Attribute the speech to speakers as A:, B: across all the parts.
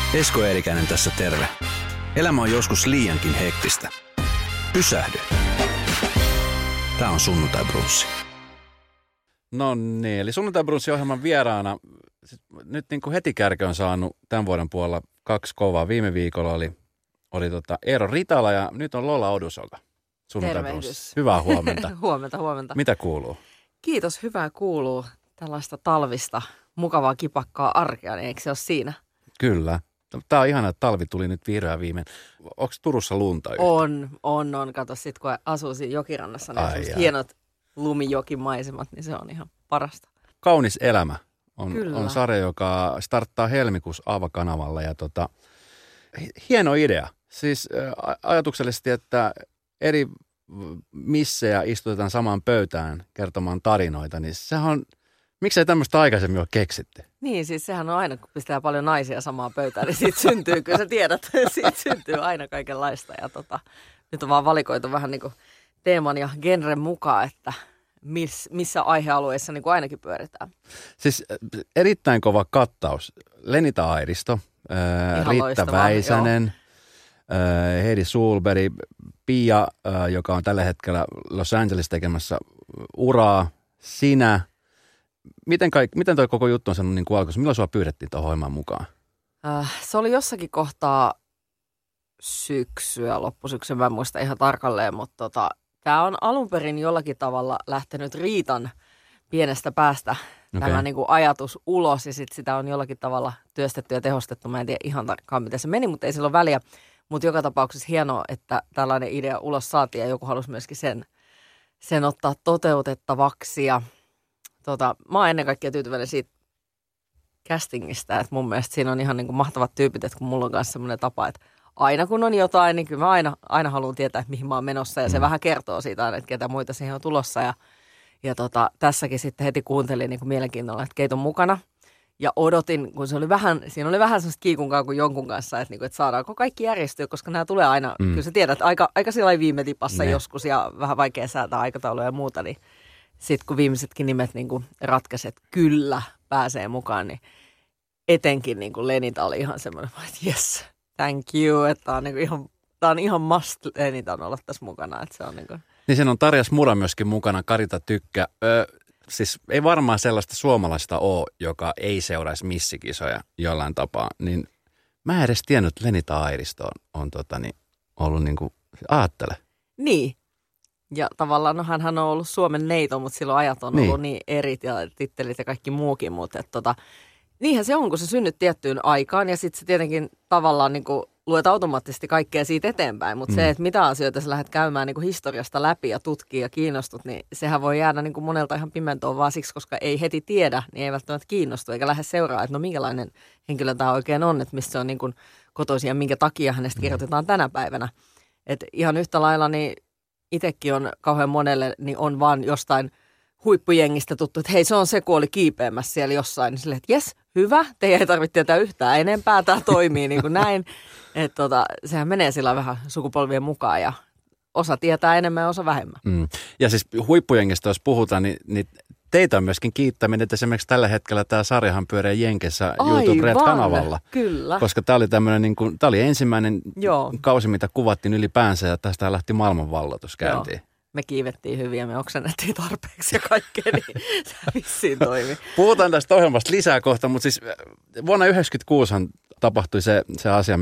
A: Esko Eerikäinen tässä terve. Elämä on joskus liiankin hektistä. Pysähdy. Tää on Sunnuntai Brunssi.
B: No niin, eli Sunnuntai Brunssi-ohjelman vieraana. Nyt niin kuin heti kärkö on saanut tämän vuoden puolella 2 kovaa. Viime viikolla oli Eero Ritala ja nyt on Lola Odusoka. Sunnuntai Brunssi. Hyvää huomenta.
C: Huomenta.
B: Mitä kuuluu?
C: Kiitos, hyvää kuuluu. Tällaista talvista, mukavaa kipakkaa arkea, niin eikö se ole siinä?
B: Kyllä. Tämä on ihana, että talvi tuli nyt vihreä viimein. Onko Turussa lunta yhtä?
C: On. Kato, sit kun asuu siinä jokirannassa, niin hienot lumijokimaisemat, niin se on ihan parasta.
B: Kaunis elämä on sarja, joka starttaa helmikuussa Aava-kanavalla. Ja hieno idea. Siis ajatuksellisesti, että eri missejä istutetaan samaan pöytään kertomaan tarinoita, niin sehän on, miksei tämmöistä aikaisemmin ole keksitty?
C: Niin, siis sehän on aina, kun pistää paljon naisia samaan pöytään, niin siitä syntyy, kyllä sä tiedät, siitä syntyy aina kaikenlaista. Ja nyt on vaan valikoitu vähän niin kuin teeman ja genren mukaan, että missä aihealueissa niin kuin ainakin pyöritään.
B: Siis erittäin kova kattaus. Lenita Airisto, Riitta Väisänen, Heidi Sulberg, Pia, joka on tällä hetkellä Los Angeles tekemässä uraa, sinä. Miten toi koko juttu on sanonut niin kuin alkuun? Milloin sua pyydettiin tuohon ohjelmaan mukaan?
C: Se oli jossakin kohtaa loppusyksyä, mä en muista ihan tarkalleen, mutta tämä on alun perin jollakin tavalla lähtenyt Riitan pienestä päästä tämä niin kuin ajatus ulos ja sitten sitä on jollakin tavalla työstetty ja tehostettu. Mä en tiedä ihan tarkkaan, miten se meni, mutta ei sillä ole väliä. Mutta joka tapauksessa hienoa, että tällainen idea ulos saatiin ja joku halusi myöskin sen ottaa toteutettavaksi. Ja mä oon ennen kaikkea tyytyväinen siitä castingista, että mun mielestä siinä on ihan niin kuin mahtavat tyypit, että kun mulla on kanssa semmoinen tapa, että aina kun on jotain, niin kyllä mä aina haluan tietää, että mihin mä oon menossa ja se vähän kertoo siitä aina, että ketä muita siihen on tulossa. Ja tässäkin sitten heti kuuntelin niin kuin mielenkiinnolla, että keitä on mukana. Ja odotin, kun siinä oli vähän semmoista kiikunkaa kuin jonkun kanssa, että saadaanko kaikki järjestyä, koska nämä tulee aina, kyllä sä tiedät, aika sillä viime tipassa joskus ja vähän vaikea säätää aikatauluja ja muuta, niin sitten kun viimeisetkin nimet niin ratkaisi, että kyllä pääsee mukaan, niin etenkin niin kuin Lenita oli ihan semmoinen, että yes, thank you, että tämä on ihan must Lenitan olla tässä mukana, että se on niin kuin.
B: Niin siinä on Tarja Smura myöskin mukana, Karita Tykkä. Siis ei varmaan sellaista suomalaista ole, joka ei seuraisi missikisoja jollain tapaa, niin mä en edes tiennyt, että Lenita Airisto on ollut niin kuin, ajattele.
C: Niin, ja tavallaan hänhän on ollut Suomen neito, mutta silloin ajat on ollut niin erit ja tittelit ja kaikki muukin, mutta niinhän se on, kun se synnyt tiettyyn aikaan ja sitten se tietenkin tavallaan niin kuin luet automaattisesti kaikkea siitä eteenpäin, mutta se, että mitä asioita sä lähdet käymään niin kuin historiasta läpi ja tutkii ja kiinnostut, niin sehän voi jäädä niin kuin monelta ihan pimentoon vaan siksi, koska ei heti tiedä, niin ei välttämättä kiinnostu eikä lähde seuraa, että no minkälainen henkilö tämä oikein on, että mistä se on niin kuin kotoisin ja minkä takia hänestä kirjoitetaan tänä päivänä. Että ihan yhtä lailla niin itsekin on kauhean monelle, niin on vaan jostain huippujengistä tuttu, että hei se on se, kun oli kiipeämässä siellä jossain, niin silleen, että jes, hyvä, teidän ei tarvitse tietää yhtään enempää, tämä toimii niin kuin näin. Että sehän menee sillä vähän sukupolvien mukaan ja osa tietää enemmän ja osa vähemmän.
B: Ja siis huippujengistä, jos puhutaan, niin teitä on myöskin kiittäminen, että esimerkiksi tällä hetkellä tämä sarjahan pyörii Jenkessä YouTube Red-kanavalla.
C: Kyllä.
B: Koska tämä oli tämmöinen, niin kuin, tämä oli ensimmäinen kausi, mitä kuvattiin ylipäänsä ja tästä lähti maailmanvalloitus käyntiin.
C: Me kiivettiin hyvin ja me oksennettiin tarpeeksi ja kaikkea, niin se vissiin toimi.
B: Puhutaan tästä ohjelmasta lisää kohta, mutta siis vuonna 1996 tapahtui se asia,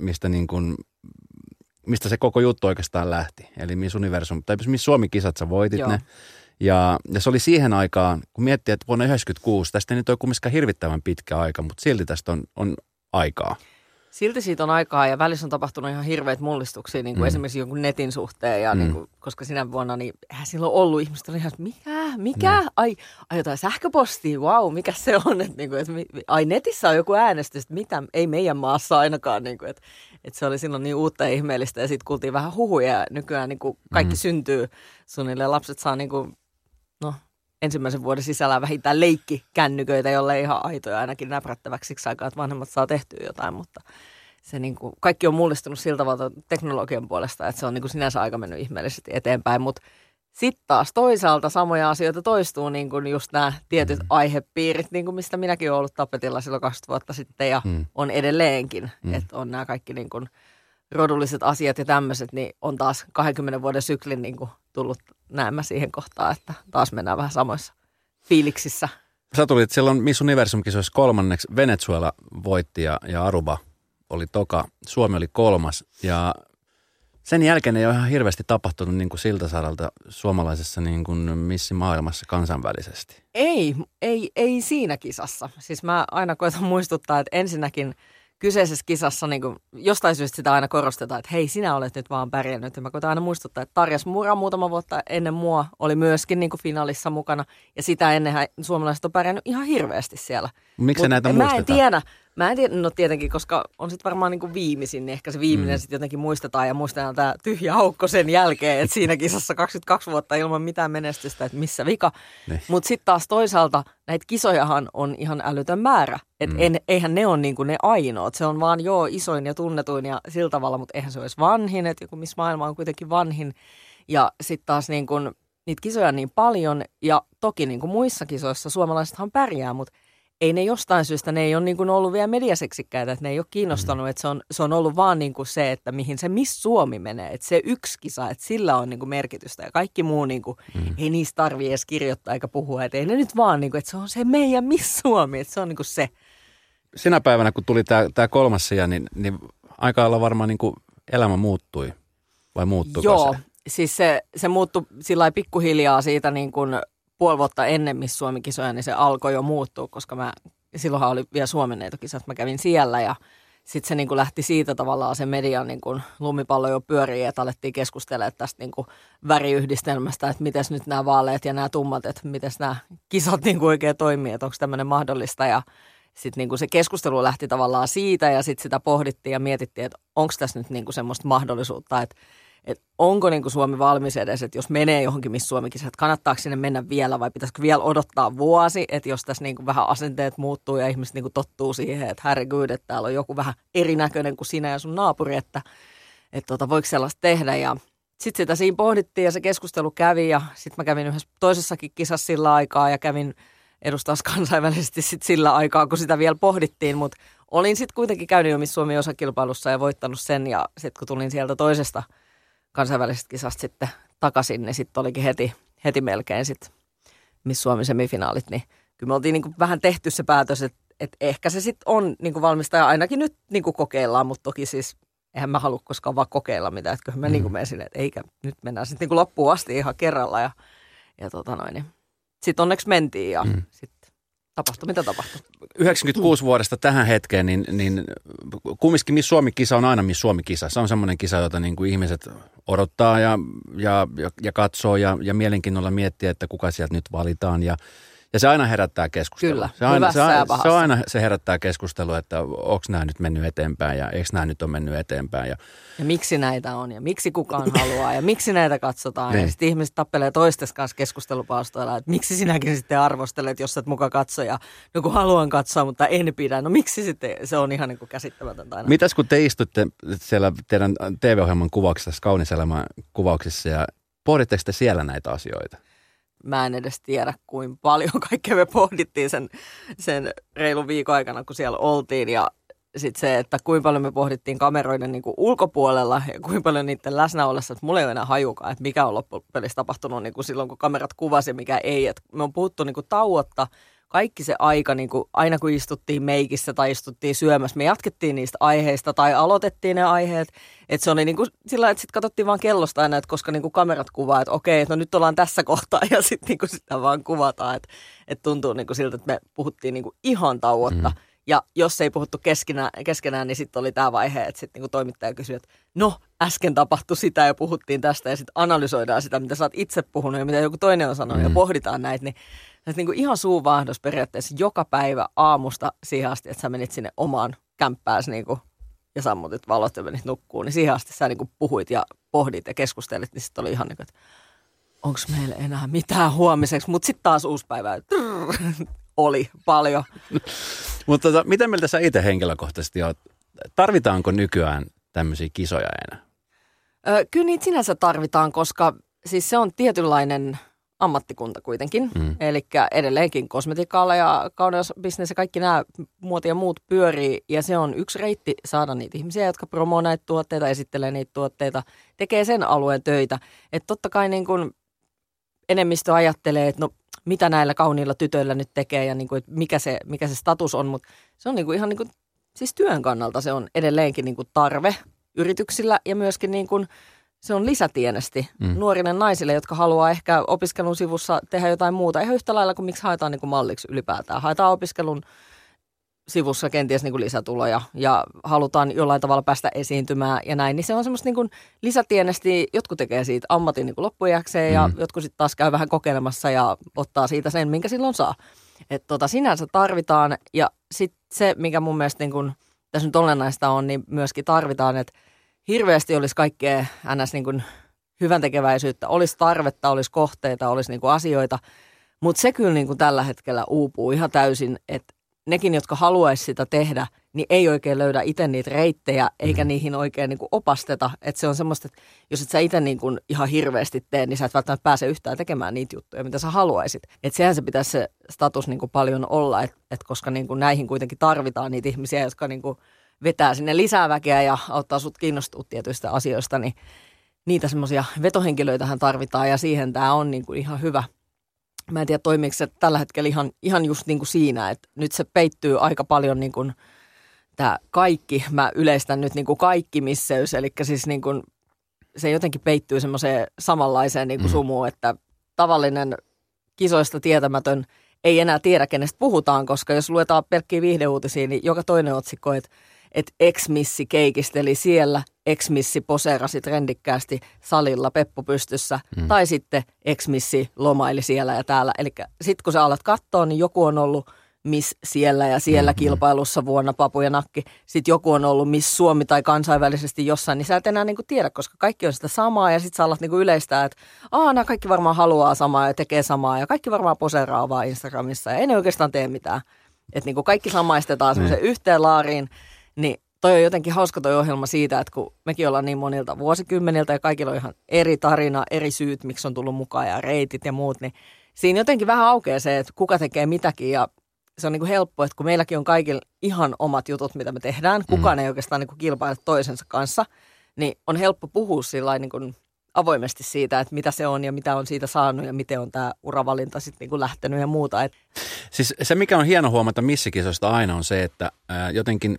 B: mistä se koko juttu oikeastaan lähti. Eli Miss Universum, tai Miss Suomi-kisat sä voitit ne. Ja se oli siihen aikaan, kun miettii, että vuonna 1996, tästä ei nyt ole kumminkaan hirvittävän pitkä aika, mutta silti tästä on aikaa. Silti
C: siitä on aikaa ja välissä on tapahtunut ihan hirveät mullistuksia, niin kuin esimerkiksi jonkun netin suhteen, ja niin kuin, koska sinä vuonna, niin eihän silloin ollut, ihmiset oli ihan, mikä? Ai jotain sähköpostia, mikä se on? Että, niin kuin, että, ai netissä on joku äänestys, että mitä, ei meidän maassa ainakaan, niin kuin, että se oli silloin niin uutta ja ihmeellistä, ja sitten kuultiin vähän huhuja, ja nykyään niin kuin kaikki syntyy suunnilleen, lapset saa niin kuin, ensimmäisen vuoden sisällä vähintään leikkikännyköitä, jolle ei ihan aitoja ainakin näprättäväksi siksi aikaa, että vanhemmat saa tehtyä jotain, mutta se niin kuin, kaikki on mullistunut siltä tavalla teknologian puolesta, että se on niin kuin sinänsä aika mennyt ihmeellisesti eteenpäin, mutta Sitten taas toisaalta samoja asioita toistuu, niin kuin just nämä tietyt aihepiirit, niin kuin mistä minäkin olen ollut tapetilla silloin 20 vuotta sitten ja on edelleenkin. Että on nämä kaikki niin kuin rodulliset asiat ja tämmöiset, niin on taas 20 vuoden syklin niin kuin tullut näemmä siihen kohtaan, että taas mennään vähän samoissa fiiliksissä.
B: Sä tulit silloin Miss Universum-kisoissa 3. Venezuela voitti ja Aruba oli toka, Suomi oli 3. Ja sen jälkeen ei ole ihan hirveästi tapahtunut niin kuin siltä saralta suomalaisessa niin kuin missimaailmassa kansainvälisesti.
C: Ei siinä kisassa. Siis mä aina koitan muistuttaa, että ensinnäkin kyseisessä kisassa niin kuin jostain syystä sitä aina korostetaan, että hei, sinä olet nyt vaan pärjännyt. Ja mä koitan aina muistuttaa, että Tarjas Mura muutama vuotta ennen mua oli myöskin niin kuin finaalissa mukana. Ja sitä ennenhän suomalaiset on pärjännyt ihan hirveästi siellä.
B: Miksi näitä muistetaan?
C: Mä en tiedä, no tietenkin, koska on sitten varmaan niin kuin viimeisin, niin ehkä se viimeinen sitten jotenkin muistetaan ja muistetaan tämä tyhjä aukko sen jälkeen, että siinä kisassa 22 vuotta ilman mitään menestystä, että missä vika. Mutta sitten taas toisaalta näitä kisojahan on ihan älytön määrä, että eihän ne ole niin kuin ne ainoat, se on vaan isoin ja tunnetuin ja sillä tavalla, mutta eihän se olisi vanhin, että joku Miss Maailma on kuitenkin vanhin ja sitten taas niin kuin niitä kisoja on niin paljon ja toki niin kuin muissa kisoissa suomalaisethan pärjää, mutta ei ne jostain syystä, ne ei ole niin kuin ollut vielä mediaseksikkäitä, että ne ei ole kiinnostanut, että se on ollut vaan niin kuin se, että mihin se Miss Suomi menee, että se yksi kisa, että sillä on niin kuin merkitystä ja kaikki muu, niin kuin, ei niistä tarvitse edes kirjoittaa eikä puhua, että ei ne nyt vaan, niin kuin, että se on se meidän Miss Suomi, että se on niin kuin se.
B: Sinä päivänä, kun tuli tämä 3. sija, niin aika lailla varmaan niin kuin elämä muuttui, vai muuttuiko
C: Joo, se? Siis se muuttui sillä lailla pikkuhiljaa siitä niin kuin puoli vuotta ennen Miss Suomi-kisoja, niin se alkoi jo muuttua, koska silloinhan oli vielä Suomen-neitokisat, mä kävin siellä ja sitten se niin kuin lähti siitä tavallaan se median niin kuin lumipallo jo pyörii, että alettiin keskustella tästä niin kuin väriyhdistelmästä, että miten nyt nämä vaaleat ja nämä tummat, että miten nämä kisat niin kuin oikein toimii, että onko tämmöinen mahdollista ja sitten niin kuin se keskustelu lähti tavallaan siitä ja sitten sitä pohdittiin ja mietittiin, että onko tässä nyt niin kuin semmoista mahdollisuutta, että onko niin kuin Suomi valmis edes, että jos menee johonkin Miss Suomi-kisaan, että kannattaako sinne mennä vielä vai pitäisikö vielä odottaa vuosi, että jos tässä niin kuin vähän asenteet muuttuu ja ihmiset niin kuin tottuu siihen, että herregud, että täällä on joku vähän erinäköinen kuin sinä ja sun naapuri, että voiko sellaista tehdä ja sitten sitä siinä pohdittiin ja se keskustelu kävi ja sitten mä kävin yhdessä toisessakin kisassa sillä aikaa ja kävin edustaa kansainvälisesti sitten sillä aikaa, kun sitä vielä pohdittiin, mutta olin sitten kuitenkin käynyt jo Miss Suomi osakilpailussa ja voittanut sen ja sitten kun tulin sieltä toisesta kansainvälisestä kisasta sitten takaisin, niin sitten olikin heti melkein sitten Miss Suomi semifinaalit, niin kyllä me oltiin niin kuin vähän tehty se päätös, että ehkä se sitten on niin kuin valmista ja ainakin nyt niin kuin kokeillaan, mutta toki siis eihän mä halua koskaan vaan kokeilla mitään, että kyllä mä niin kuin menen sinne, että eikä nyt mennään sitten niin kuin loppuun asti ihan kerralla ja niin. Sitten onneksi mentiin ja sitten tapahtui mitä tapahtui.
B: 96 vuodesta tähän hetkeen, niin kumminkin Miss Suomi-kisa on aina Miss Suomi-kisa. Se on semmoinen kisa, jota niin kuin ihmiset odottaa ja katsoo ja mielenkiinnolla miettii, että kuka sieltä nyt valitaan. Ja se aina herättää keskustelua.
C: Kyllä,
B: se aina se herättää keskustelua, että onko nämä nyt mennyt eteenpäin ja eikö nämä nyt ole mennyt eteenpäin. Ja
C: miksi näitä on ja miksi kukaan haluaa ja miksi näitä katsotaan. Niin. Ja sitten ihmiset tappelee toistensa kanssa keskustelupalstoilla, että miksi sinäkin sitten arvostelet, jos et muka katso ja no kun haluan katsoa, mutta en pidä. No miksi sitten se on ihan niin kuin käsittämätöntä aina.
B: Mitäs kun te istutte siellä teidän TV-ohjelman kuvauksessa, Kaunis elämä kuvauksissa ja pohditteko te siellä näitä asioita?
C: Mä en edes tiedä, kuinka paljon kaikkea me pohdittiin sen reilun viikon aikana, kun siellä oltiin. Ja sitten se, että kuinka paljon me pohdittiin kameroiden niin kuin ulkopuolella ja kuinka paljon niiden läsnä ollessa, että mulla ei ole enää hajukaan, että mikä on loppupelissä tapahtunut niin kuin silloin, kun kamerat kuvasi ja mikä ei. Et me on puhuttu niin kuin tauotta kaikki se aika, niin kuin aina kun istuttiin meikissä tai istuttiin syömässä, me jatkettiin niistä aiheista tai aloitettiin ne aiheet. Että se oli niin kuin sillä, että sitten katsottiin vaan kellosta aina, että koska niin kuin kamerat kuvaa, että okei, että no nyt ollaan tässä kohtaa ja sitten niin kuin sitä vaan kuvataan. Että tuntuu niin kuin siltä, että me puhuttiin niin kuin ihan tauotta. Ja jos ei puhuttu keskenään, niin sitten oli tämä vaihe, että sitten niin toimittaja kysyi, että no äsken tapahtui sitä ja puhuttiin tästä ja sitten analysoidaan sitä, mitä sä oot itse puhunut ja mitä joku toinen on sanonut ja pohditaan näitä. Niin kuin ihan suuvaahdos periaatteessa joka päivä aamusta siihen asti, että sä menit sinne omaan kämppääsi niin kuin, ja sammutit valot ja menit nukkuun, niin siihen asti sä niin kuin puhuit ja pohdit ja keskustelit, niin sitten oli ihan niin kuin, että onko meillä enää mitään huomiseksi, mutta sitten taas uusi päivä, oli paljon.
B: Mutta miten mieltä sä itse henkilökohtaisesti oot? Tarvitaanko nykyään tämmöisiä kisoja enää?
C: Kyllä niitä sinänsä tarvitaan, koska siis se on tietynlainen ammattikunta kuitenkin. Eli edelleenkin kosmetiikka-ala ja kauneusbisnes ja kaikki nämä muoti ja muut pyörii. Ja se on yksi reitti saada niitä ihmisiä, jotka promoo näitä tuotteita, esittelee niitä tuotteita, tekee sen alueen töitä. Että totta kai niin kun enemmistö ajattelee, että no mitä näillä kauniilla tytöillä nyt tekee ja niin kun, että mikä se status on. Mutta se on niin kun ihan niin kun, siis työn kannalta se on edelleenkin niin kun tarve yrityksillä ja myöskin niin kun se on lisätienesti nuorille naisille, jotka haluaa ehkä opiskelun sivussa tehdä jotain muuta. Ihan yhtä lailla kuin miksi haetaan niin kuin malliksi ylipäätään. Haetaan opiskelun sivussa kenties niin kuin lisätuloja ja halutaan jollain tavalla päästä esiintymään ja näin. Niin se on semmoista niin kuin lisätienesti. Jotkut tekee siitä ammatin niin kuin loppuiäkseen ja jotkut sitten taas käy vähän kokeilemassa ja ottaa siitä sen, minkä silloin saa. Että sinänsä tarvitaan ja sitten se, mikä mun mielestä niin kuin tässä nyt olennaista on, niin myöskin tarvitaan, että hirveästi olisi kaikkea ns. Niin kuin hyväntekeväisyyttä, olisi tarvetta, olisi kohteita, olisi niin kuin asioita, mutta se kyllä niin kuin tällä hetkellä uupuu ihan täysin, että nekin, jotka haluaisi sitä tehdä, niin ei oikein löydä itse niitä reittejä, eikä niihin oikein niin kuin opasteta, että se on semmoista, että jos et sä itse niin kuin ihan hirveästi tee, niin sä et välttämättä pääse yhtään tekemään niitä juttuja, mitä sä haluaisit. Että sehän se pitäisi se status niin kuin paljon olla, että koska niin kuin näihin kuitenkin tarvitaan niitä ihmisiä, jotka niin kuin vetää sinne lisää väkeä ja auttaa sut kiinnostua tietyistä asioista, niin niitä semmoisia vetohenkilöitähän tarvitaan ja siihen tämä on niin kuin ihan hyvä. Mä en tiedä toimiiko se tällä hetkellä ihan just niin kuin siinä, että nyt se peittyy aika paljon niin kuin tämä kaikki, mä yleistän nyt niin kuin kaikkimisseys, eli siis niin kuin se jotenkin peittyy semmoiseen samanlaiseen niin kuin sumuun, että tavallinen kisoista tietämätön ei enää tiedä, kenestä puhutaan, koska jos luetaan pelkkiä viihdeuutisia, niin joka toinen otsikko, että ex-missi keikisteli siellä, ex-missi poseerasi trendikkäästi salilla peppu pystyssä, tai sitten ex-missi lomaili siellä ja täällä. Eli sitten kun sä alat katsoa, niin joku on ollut Miss siellä ja siellä kilpailussa vuonna papu ja nakki. Sitten joku on ollut Miss Suomi tai kansainvälisesti jossain, niin sä et enää niinku tiedä, koska kaikki on sitä samaa ja sitten sä alat niinku yleistää, että nämä kaikki varmaan haluaa samaa ja tekee samaa ja kaikki varmaan poseeraa vaan Instagramissa ja ei ne oikeastaan tee mitään. Että niinku kaikki samaistetaan semmoisen yhteen laariin, niin toi on jotenkin hauska toi ohjelma siitä, että kun mekin ollaan niin monilta vuosikymmeniltä ja kaikilla on ihan eri tarina, eri syyt, miksi on tullut mukaan ja reitit ja muut, niin siinä jotenkin vähän aukeaa se, että kuka tekee mitäkin ja se on niin kuin helppo, että kun meilläkin on kaikilla ihan omat jutut, mitä me tehdään, kukaan ei oikeastaan niin kuin kilpaile toisensa kanssa, niin on helppo puhua sillä niin kuin avoimesti siitä, että mitä se on ja mitä on siitä saanut ja miten on tämä uravalinta sitten niin kuin lähtenyt ja muuta.
B: Siis se, mikä on hieno huomata missikisoista aina on se, että jotenkin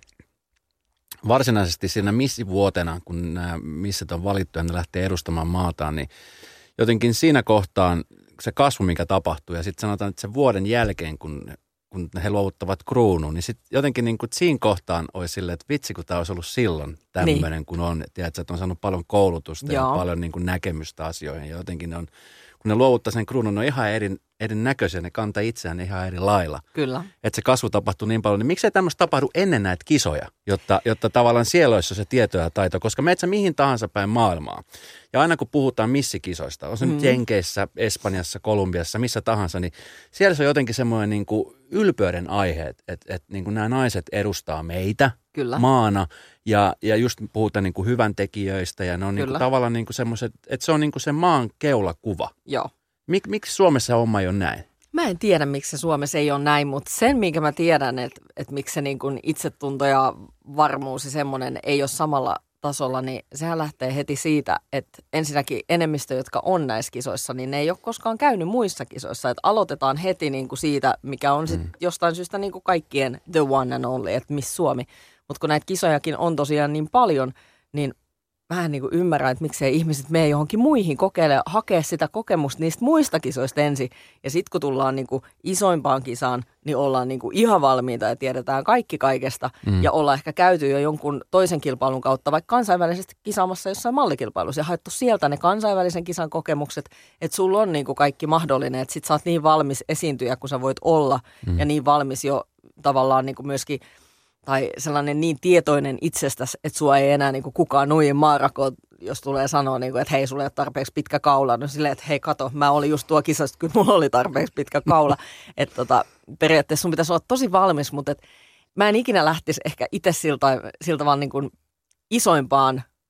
B: varsinaisesti siinä missivuotena, kun nämä missit on valittu ja ne lähtee edustamaan maataan, niin jotenkin siinä kohtaan se kasvu, mikä tapahtuu ja sitten sanotaan, että sen vuoden jälkeen, kun he luovuttavat kruunuun, niin sitten jotenkin niin kuin siinä kohtaan olisi silleen, että vitsi, kun tämä olisi ollut silloin tämmöinen, niin. Kun on. Tiedätkö, että on saanut paljon koulutusta ja paljon niin kuin näkemystä asioihin. Ja jotenkin ne on, kun ne luovuttaa sen kruunun, ne on ihan erinäköisiä, ne kantaa itseään ihan eri lailla.
C: Kyllä. Että
B: se kasvu tapahtuu niin paljon, niin miksei tämmöistä tapahdu ennen näitä kisoja, jotta tavallaan siellä olisi se tieto ja taito, koska menet sä mihin tahansa päin maailmaa. Ja aina kun puhutaan missikisoista, on se nyt Jenkeissä, Espanjassa, Kolumbiassa, missä tahansa, niin siellä se on jotenkin semmoinen niin kuin ylpeyden aihe, että niin kuin nämä naiset edustaa meitä
C: Kyllä.
B: maana ja just puhutaan niin kuin hyväntekijöistä ja ne on niin kuin tavallaan niin kuin semmoiset, että se on niin kuin se maan keulakuva.
C: Joo.
B: Miksi Suomessa homma ei ole näin?
C: Mä en tiedä, miksi se Suomessa ei ole näin, mutta sen, minkä mä tiedän, että miksi se niin kuin itsetunto ja varmuus ja semmoinen ei ole samalla tasolla, niin sehän lähtee heti siitä, että ensinnäkin enemmistö, jotka on näissä kisoissa, niin ne ei ole koskaan käynyt muissa kisoissa. Että aloitetaan heti niin kuin siitä, mikä on sitten jostain syystä niin kuin kaikkien the one and only, että Miss Suomi. Mutta kun näitä kisojakin on tosiaan niin paljon, niin mä en niin kuin ymmärrä, että miksei ihmiset mene johonkin muihin kokeilemaan, hakea sitä kokemusta niistä muista kisoista ensin. Ja sitten kun tullaan niin kuin isoimpaan kisaan, niin ollaan niin kuin ihan valmiita ja tiedetään kaikki kaikesta. Ja ollaan ehkä käyty jo jonkun toisen kilpailun kautta, vaikka kansainvälisesti kisaamassa jossain mallikilpailussa. Ja haettu sieltä ne kansainvälisen kisan kokemukset, että sulla on niin kuin kaikki mahdollinen. Että sit sä oot niin valmis esiintyjä, kun sä voit olla. Ja niin valmis jo tavallaan niin kuin myöskin tai sellainen niin tietoinen itsestäsi, että sua ei enää niin kuin kukaan nuijin maarako, jos tulee sanoa, niin kuin, että hei, sulla ei ole tarpeeksi pitkä kaula. No silleen, että hei, kato, mä olin just tuo kisasta, kun mulla oli tarpeeksi pitkä kaula. Että periaatteessa sun pitäisi olla tosi valmis, mutta mä en ikinä lähtisi ehkä itse siltä vaan niin kuin isoimpaan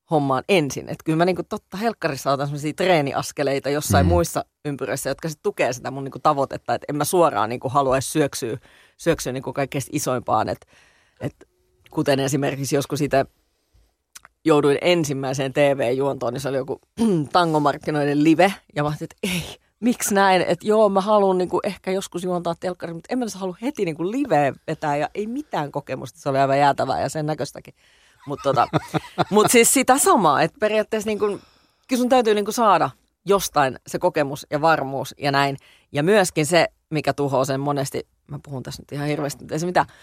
C: hommaan ensin. Että kyllä mä niin kuin totta helkkarissa otan sellaisia treeniaskeleita jossain muissa ympyröissä, jotka sitten tukee sitä mun niin kuin tavoitetta, että en mä suoraan niin kuin haluaisi syöksyä niin kuin kaikkein isoimpaan. Että kuten esimerkiksi joskus siitä jouduin ensimmäiseen TV-juontoon, niin se oli joku tangomarkkinoiden live, ja mä ajattelin, että ei, miksi näin, että joo, mä haluan niin kuin ehkä joskus juontaa telkkarin, mutta en mä halua heti niin kuin live vetää, ja ei mitään kokemusta, se oli aivan jäätävää ja sen näköistäkin. Mutta mut siis sitä samaa, että periaatteessa niin kuin, kyllä sun täytyy niin kuin saada jostain se kokemus ja varmuus ja näin, ja myöskin se, mikä tuhoaa sen monesti, mä puhun tässä nyt ihan hirveästi, mutta ei se mitään.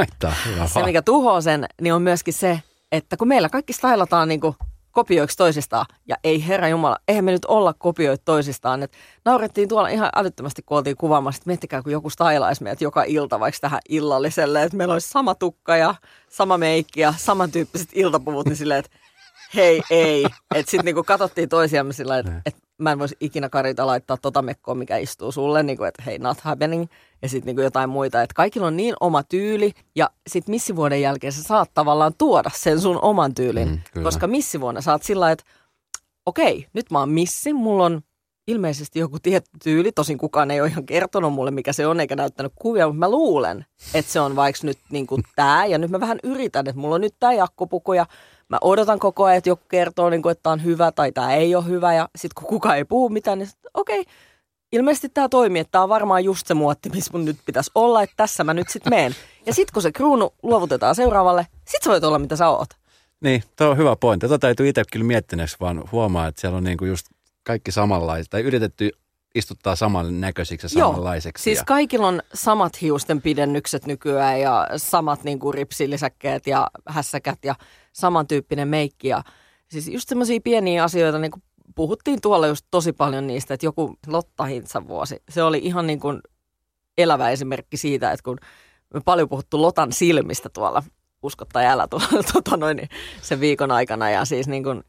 C: Se, mikä tuhoaa sen, niin on myöskin se, että kun meillä kaikki stylataan niin kuin kopioiksi toisistaan, ja ei herra jumala, eihän me nyt olla kopioit toisistaan. Et naurettiin tuolla ihan älyttömästi, kun oltiin kuvaamassa, että miettikää, kun joku stylaisi meidät joka ilta vaikka tähän illalliselle, että meillä olisi sama tukka ja sama meikki ja samantyyppiset iltapuvut, niin silleen, että hei, ei. Että sitten niinku katsottiin toisiamme sillä että mä en voisi ikinä Karita laittaa tota mekkoa, mikä istuu sulle, niinku, että hei, not happening. Ja sitten niinku jotain muita, että kaikilla on niin oma tyyli, ja sitten missivuoden jälkeen sä saat tavallaan tuoda sen sun oman tyylin. Koska missivuonna saat sillä että okei, nyt mä oon missi, mulla on ilmeisesti joku tietty tyyli, tosin kukaan ei ole ihan kertonut mulle, mikä se on, eikä näyttänyt kuvia, mutta mä luulen, että se on vaikka nyt niinku tää, ja nyt mä vähän yritän, että mulla on nyt tää jakkupuku, ja mä odotan koko ajan, että joku kertoo, niin kuin, että tää on hyvä tai tää ei ole hyvä, ja sit kun kukaan ei puhu mitään, niin okei, ilmeisesti tää toimii, että tää on varmaan just se muotti, missä mun nyt pitäisi olla, että tässä mä nyt sit meen. Ja sit kun se kruunu luovutetaan seuraavalle, sit sä voit olla mitä sä oot.
B: Niin, tuo on hyvä pointti. Tota täytyy itse kyllä miettineeksi, vaan huomaa, että siellä on niinku just kaikki samanlaiset, tai yritetty istuttaa saman näköisiksi ja samanlaiseksi.
C: Siis kaikilla on samat hiusten pidennykset nykyään ja samat niinku ripsilisäkkeet ja hässäkät ja samantyyppinen meikki. Ja siis just semmoisia pieniä asioita, niin kuin puhuttiin tuolla just tosi paljon niistä, että joku Lotta Hintsan vuosi, se oli ihan niin kuin elävä esimerkki siitä, että kun me paljon puhuttu Lotan silmistä tuolla, usko tai älä tuolla sen viikon aikana ja siis niin kuin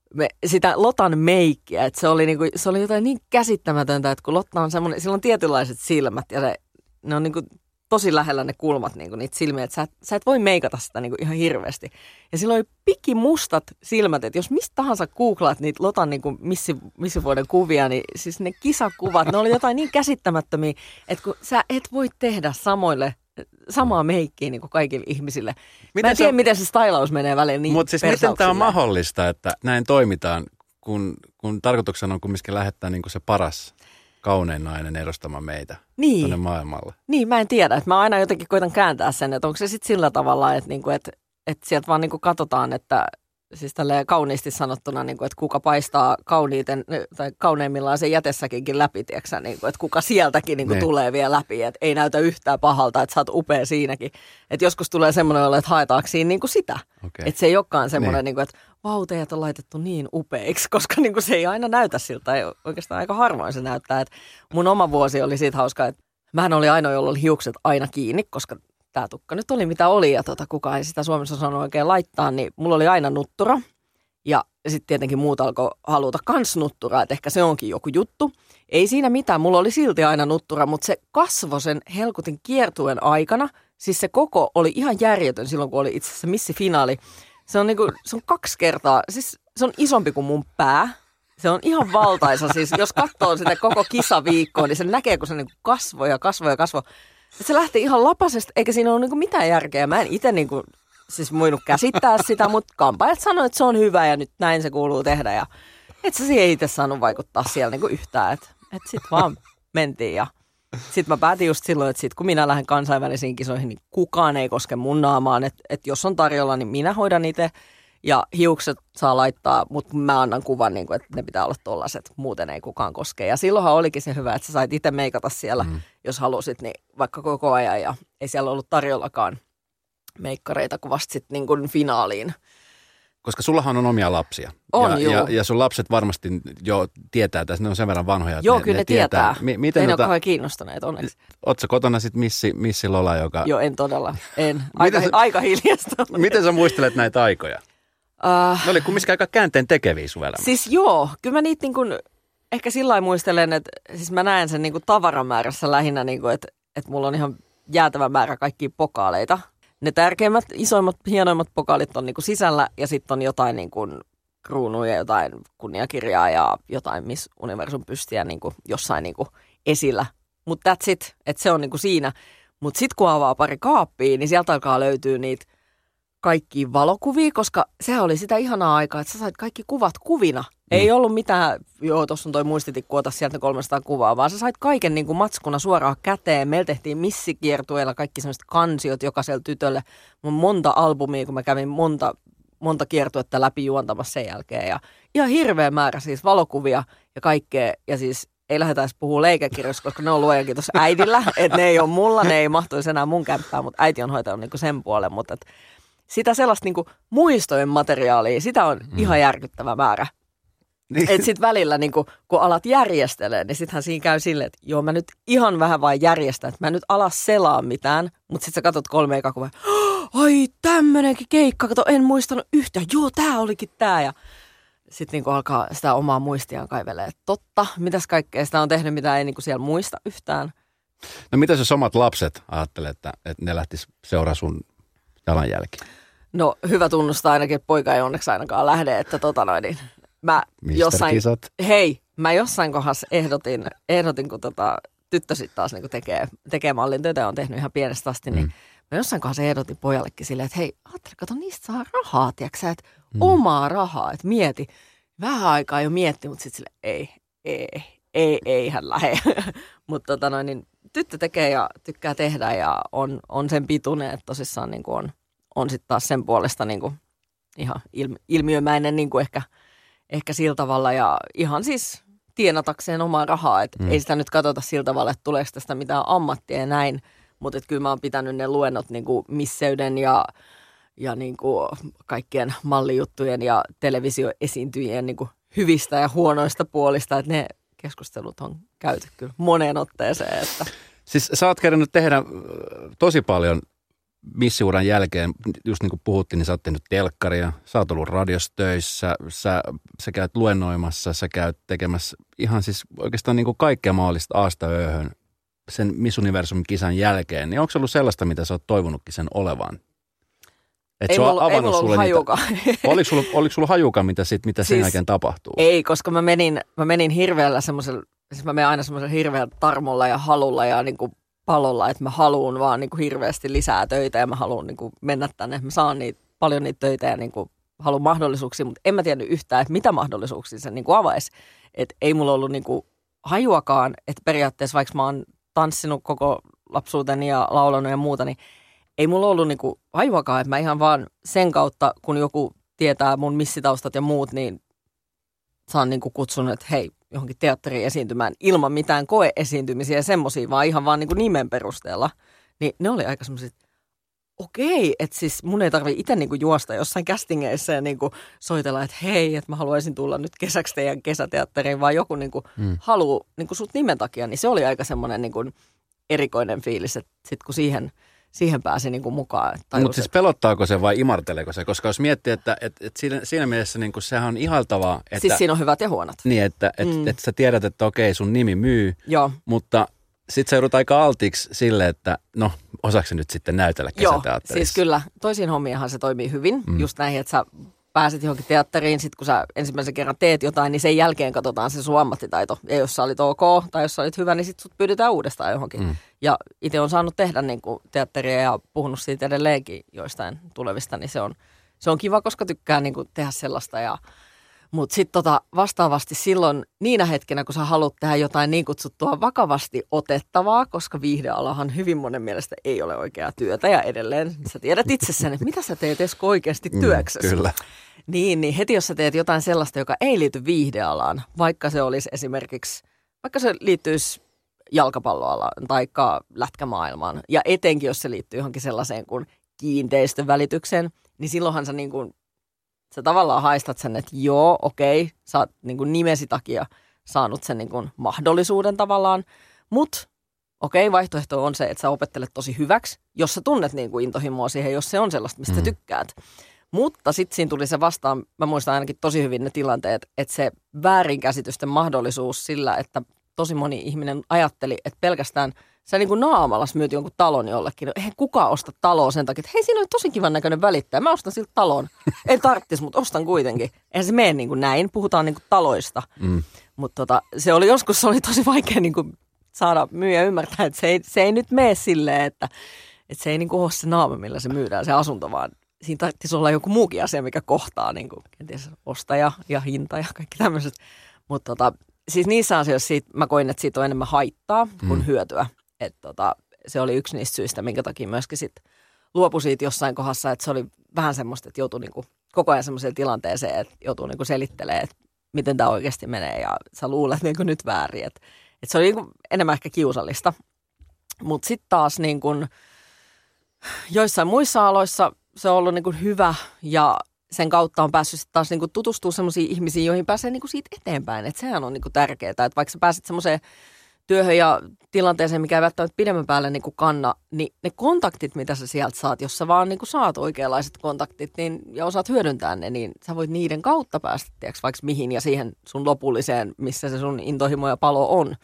C: sitä Lotan meikkiä, että se oli jotain niin käsittämätöntä, että kun Lotta on semmoinen, sillä on tietynlaiset silmät ja ne on niin kuin tosi lähellä ne kulmat, niin kuin niitä silmiä, että sä et voi meikata sitä niin kuin ihan hirveästi. Ja sillä oli pikimustat silmät, että jos mistä tahansa googlaat niitä Lotan niin kuin missivuoden kuvia, niin siis ne kisakuvat, ne oli jotain niin käsittämättömiä, että kun sä et voi tehdä samaa meikkiä niin kuin kaikille ihmisille. Mä en tiedä, miten se stylaus menee väliin niin
B: mutta siis miten tämä on mahdollista, että näin toimitaan, kun tarkoituksena on kumminkin lähettää niin kuin se paras, kaunein nainen edustamaan meitä tuonne maailmalle. Niin, mä en tiedä. Että mä aina jotenkin koitan kääntää sen, että onko se sitten sillä tavalla, että sieltä vaan niin kuin katsotaan, että siis tälleen kauniisti sanottuna, niin kuin, että kuka paistaa kauniiten tai kauneimmillaan sen jätessäkinkin läpi, tiiäksä, niin kuin, että kuka sieltäkin niin kuin tulee vielä läpi, että ei näytä yhtään pahalta, että sä oot upea siinäkin. Että joskus tulee semmoinen olo, että haetaanko siinä niin kuin sitä. Okay. Että se ei olekaan semmoinen, niin kuin, että vau, teidät on laitettu niin upeiksi, koska niin kuin se ei aina näytä siltä. Ja oikeastaan aika harvoin se näyttää. Että mun oma vuosi oli siitä hauska, että mähän oli ainoa, jolla oli hiukset aina kiinni, koska tämä tukka nyt oli mitä oli ja kukaan ei sitä Suomessa osannut oikein laittaa, niin mulla oli aina nuttura. Ja sitten tietenkin muut alkoi haluta kans nutturaa, että ehkä se onkin joku juttu. Ei siinä mitään, mulla oli silti aina nuttura, mutta se kasvoi sen helkutin kiertuen aikana. Siis se koko oli ihan järjetön silloin, kun oli itse asiassa missifinaali. Se on, se on 2 kertaa, siis se on isompi kuin mun pää. Se on ihan valtaisa, siis jos katsoo sitä koko kisaviikkoa, niin se näkee, kun se niin kasvoi ja kasvoi ja kasvoi. Se lähti ihan lapasesta, eikä siinä ole niin mitään järkeä. Mä en itse niin siis voinut käsittää sitä, mutta kampaajat sanoi, että se on hyvä ja nyt näin se kuuluu tehdä. Ja et sä siihen itse saanut vaikuttaa siellä niin yhtään, että sit vaan mentiin. Ja sit mä päätin just silloin, että sit kun minä lähden kansainvälisiin kisoihin, niin kukaan ei koske mun naamaan. Että jos on tarjolla, niin minä hoidan itse. Ja hiukset saa laittaa, mutta mä annan kuvan, niin kuin, että ne pitää olla tollaiset, muuten ei kukaan koske. Ja silloinhan olikin se hyvä, että sä sait itse meikata siellä, jos halusit, niin vaikka koko ajan. Ja ei siellä ollut tarjollakaan meikkareita, kun vasta sitten niin kuin finaaliin. Koska sullahan on omia lapsia.
C: On,
B: ja sun lapset varmasti jo tietää tässä, ne on sen verran vanhoja.
C: Joo, kyllä ne tietää.
B: Miten
C: ei ne ole kauhean kiinnostuneet, onneksi.
B: Ootko sä kotona sitten missi Lola, joka...
C: Joo, en todella. En. Aika hiljasta.
B: Miten sä muistelet näitä aikoja? Ne oli kumminkin aika käänteen tekeviä sun elämä.
C: Siis joo, kyllä mä niitä niin kuin, ehkä sillä lailla muistelen, että siis mä näen sen niin kuin tavaramäärässä lähinnä, niin kuin, että mulla on ihan jäätävä määrä kaikkia pokaaleita. Ne tärkeimmät, isoimmat, hienoimmat pokaalit on niin kuin sisällä ja sitten on jotain niin kuin kruunuja, jotain kunniakirjaa ja jotain Miss Universum pystiä niin kuin jossain niin kuin esillä. Mutta that's it, että se on niin kuin siinä. Mutta sitten kun avaa pari kaappia, niin sieltä alkaa löytyä niitä kaikkia valokuvia, koska sehän oli sitä ihanaa aikaa, että sä sait kaikki kuvat kuvina. Ei ollut mitään, tuossa on toi muistitikku, ota sieltä 300 kuvaa, vaan sä sait kaiken niin kuin matskuna suoraan käteen. Meillä tehtiin missikiertueella kaikki sellaiset kansiot jokaiselle tytölle. Mun monta albumia, kun mä kävin monta kiertuetta läpi juontamassa sen jälkeen. Ja ihan hirveä määrä siis valokuvia ja kaikkea. Ja siis ei lähdetä edes puhua leikäkirjoista, koska ne on luojan kiitos äidillä. Että ne ei ole mulla, ne ei mahtuisi enää mun kämppään, mutta äiti on hoitanut niin kuin sen puolen. Mutta sitä sellaista niin kuin muistojen materiaalia, sitä on ihan järkyttävä määrä. Niin. Että sitten välillä, niin kun alat järjestelee, niin sittenhän siinä käy silleen, että joo, mä nyt ihan vähän vain järjestän, että mä nyt ala selaa mitään, mutta sitten sä katsot 3 eka kuvaa, ai tämmönenkin keikka, kato, en muistanut yhtään, joo, tää olikin tää. Ja sitten niin alkaa sitä omaa muistiaan kaivelee, että totta, mitäs kaikkea sitä on tehnyt, mitä ei niin siellä muista yhtään.
B: No mitä jos omat lapset ajattelee, että ne lähtis seuraa sun jalanjälki? No
C: hyvä tunnustaa ainakin, että poika ei onneksi ainakaan lähde, että niin mä jossain kohdassa ehdotin kun tyttö sitten taas niin tekee mallin töitä ja on tehnyt ihan pienestä asti, niin mä jossain kohdassa ehdotin pojallekin silleen, että hei, ajattele, kato, niistä saa rahaa, tiiäksä, että omaa rahaa, että mieti. Vähän aikaa jo mietti, mutta sitten silleen, ei hän lähde. Mutta niin tyttö tekee ja tykkää tehdä ja on sen pituinen, että tosissaan niin on sitten taas sen puolesta niin ihan ilmiömäinen niin ehkä sillä tavalla ja ihan siis tienatakseen omaa rahaa. Et ei sitä nyt katsota sillä tavalla, että tuleeko tästä mitään ammattia ja näin, mutta kyllä mä oon pitänyt ne luennot niin kuin misseyden ja niin kuin kaikkien mallijuttujen ja televisioesiintyjien niin kuin hyvistä ja huonoista puolista, että ne keskustelut on käyty kyllä moneen otteeseen. Että.
B: Siis sä oot kerännyt tehdä tosi paljon missiuran jälkeen, just niin kuin puhuttiin, niin sä oot tehnyt telkkaria, sä oot ollut radiossa töissä, sä käyt luennoimassa, sä käyt tekemässä ihan siis oikeastaan niin kuin kaikkea mahdollista aasta ööhön sen Miss Universum-kisan jälkeen. Niin onko se ollut sellaista, mitä sä oot toivonutkin sen olevan?
C: Ei mulla ollut hajukaan.
B: Oliko sulla hajukaan, mitä sen jälkeen tapahtuu?
C: Ei, koska mä menin hirveällä semmoisella, siis mä menen aina semmoisella hirveällä tarmolla ja halulla ja niin kuin palolla, että mä haluan vaan niin kuin hirveästi lisää töitä ja mä haluan niin kuin mennä tänne. Mä saan paljon niitä töitä ja niin kuin haluan mahdollisuuksia, mutta en mä tiennyt yhtään, että mitä mahdollisuuksia se niin kuin avaisi. Että ei mulla ollut niin kuin hajuakaan, että periaatteessa vaikka mä oon tanssinut koko lapsuuteni ja laulanut ja muuta, niin ei mulla ollut niin kuin hajuakaan, että mä ihan vaan sen kautta, kun joku tietää mun missitaustat ja muut, niin saan niin kuin kutsun, että hei, johonkin teatteriin esiintymään ilman mitään koeesiintymisiä ja semmoisia, vaan ihan vaan niin kuin nimen perusteella. Niin ne oli aika semmoiset, okei, että siis mun ei tarvitse itse niin kuin juosta jossain castingeissa ja niin kuin soitella, että hei, että mä haluaisin tulla nyt kesäksi teidän kesäteatteriin, vaan joku niin kuin haluaa niin kuin sut nimen takia, niin se oli aika semmoinen niin kuin erikoinen fiilis, että sitten kun siihen pääsi niin kuin mukaan.
B: Mutta siis pelottaako se vai imarteleeko se? Koska jos miettii, että siinä mielessä niin kuin sehän on ihaltavaa. Että,
C: siis siinä on hyvät ja huonot.
B: Niin, että sä tiedät, että okei, sun nimi myy.
C: Joo.
B: Mutta sitten sä joudut aika altiksi sille, että no, osaako se nyt sitten näytellä kesäteatterissa?
C: Joo, siis kyllä. Toisiin hommiahan se toimii hyvin. Just näihin, että sä pääset johonkin teatteriin, sitten kun sä ensimmäisen kerran teet jotain, niin sen jälkeen katsotaan se sun ammattitaito. Ja jos sä olit ok tai jos sä olit hyvä, niin sitten sut pyydetään uudestaan johonkin. Ja itse on saanut tehdä niin kuin teatteria ja puhunut siitä edelleenkin joistain tulevista, niin se on kiva, koska tykkää niin kuin tehdä sellaista. Mutta sitten vastaavasti silloin niinä hetkenä, kun sä haluat tehdä jotain niin kutsuttua vakavasti otettavaa, koska viihdealahan hyvin monen mielestä ei ole oikeaa työtä ja edelleen sä tiedät itse sen, että mitä sä teet Esko oikeasti työksesi.
B: Kyllä.
C: Niin heti jos sä teet jotain sellaista, joka ei liity viihdealaan, vaikka se olisi esimerkiksi, vaikka se liittyisi jalkapalloalaan tai lätkämaailmaan ja etenkin jos se liittyy johonkin sellaiseen kuin kiinteistön välitykseen, niin silloinhan sä niin kuin sä tavallaan haistat sen, että joo, okei, sä oot niin kuin nimesi takia saanut sen niin kuin mahdollisuuden tavallaan, mutta okei, vaihtoehto on se, että sä opettelet tosi hyväksi, jos sä tunnet niin kuin intohimoa siihen, jos se on sellaista, mistä tykkäät. Mutta sitten siinä tuli se vastaan, mä muistan ainakin tosi hyvin ne tilanteet, että se väärinkäsitysten mahdollisuus sillä, että tosi moni ihminen ajatteli, että pelkästään sä niin kuin naamalas myyt jonkun talon jollekin. Eihän kukaan osta taloa sen takia, että hei, siinä oli tosi kivan näköinen välittäjä. Mä ostan siltä talon. En tarttis, mutta ostan kuitenkin. Eihän se mene niin kuin näin. Puhutaan niin kuin taloista. Mutta se oli joskus tosi vaikea niin kuin saada myyjä ymmärtää, että se ei nyt mene silleen, että se ei niin kuin ole se naama, millä se myydään, se asunto, vaan siinä tarvitsisi olla joku muukin asia, mikä kohtaa niin kuin, kenties ostaja ja hinta ja kaikki tämmöiset. Mutta siis niissä asioissa mä koin, että siitä on enemmän haittaa kuin hyötyä. Että se oli yksi niistä syistä, minkä takia myöskin sit luopui siitä jossain kohdassa, että se oli vähän semmoista, että joutui niinku koko ajan semmoiseen tilanteeseen, että joutuu niinku selittelemään, että miten tämä oikeasti menee ja sä luulet niinku nyt väärin. Että se oli niinku enemmän ehkä kiusallista. Mutta sitten taas niinku joissain muissa aloissa se on ollut niinku hyvä ja sen kautta on päässyt sit taas niinku tutustumaan semmoisiin ihmisiin, joihin pääsee niinku siitä eteenpäin. Että sehän on niinku tärkeää, että vaikka sä pääsit semmoiseen työhön ja tilanteeseen, mikä ei välttämättä pidemmän päälle niin kuin kanna, niin ne kontaktit, mitä sä sieltä saat, jos sä vaan niin kuin saat oikeanlaiset kontaktit niin, ja osaat hyödyntää ne, niin sä voit niiden kautta päästä, tiedätkö, vaikka mihin ja siihen sun lopulliseen, missä se sun intohimo ja palo on.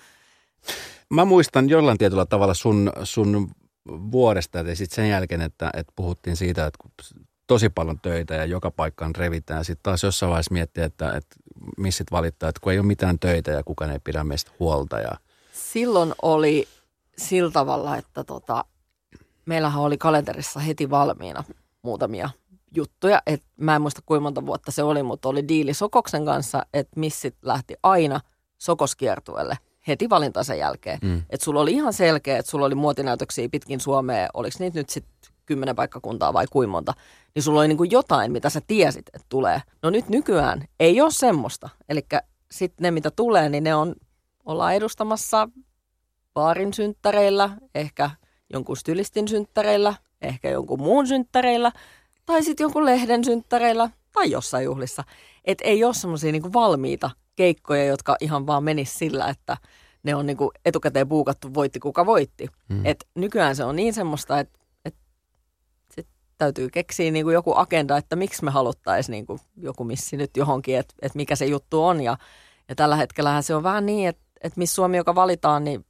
B: Mä muistan jollain tietyllä tavalla sun vuodesta ja sitten sen jälkeen, että puhuttiin siitä, että tosi paljon töitä ja joka paikkaan revitään. Sitten taas jossain vaiheessa miettii, että missit valittaa, että kun ei ole mitään töitä ja kukaan ei pidä meistä huolta ja
C: silloin oli sillä tavalla, että meillähän oli kalenterissa heti valmiina muutamia juttuja. Mä en muista kuinka monta vuotta se oli, mutta oli diili Sokoksen kanssa, että missit lähti aina Sokoskiertueelle heti valintansa jälkeen. Että sulla oli ihan selkeä, että sulla oli muotinäytöksiä pitkin Suomea, oliko niitä nyt sitten 10 paikkakuntaa vai kuinka monta, niin sulla oli niin kuin jotain, mitä sä tiesit, että tulee. No nyt nykyään ei ole semmoista. Eli sitten ne, mitä tulee, niin ne ollaan edustamassa baarin synttäreillä, ehkä jonkun stylistin synttäreillä, ehkä jonkun muun synttäreillä, tai sitten jonkun lehden synttäreillä, tai jossain juhlissa. Että ei ole semmoisia niinku valmiita keikkoja, jotka ihan vaan menis sillä, että ne on niinku etukäteen buukattu, voitti kuka voitti. Et nykyään se on niin semmoista, että sit täytyy keksiä niinku joku agenda, että miksi me haluttaisiin niinku joku missi nyt johonkin, että mikä se juttu on. Ja tällä hetkellähän se on vähän niin, että Miss Suomi, joka valitaan, niin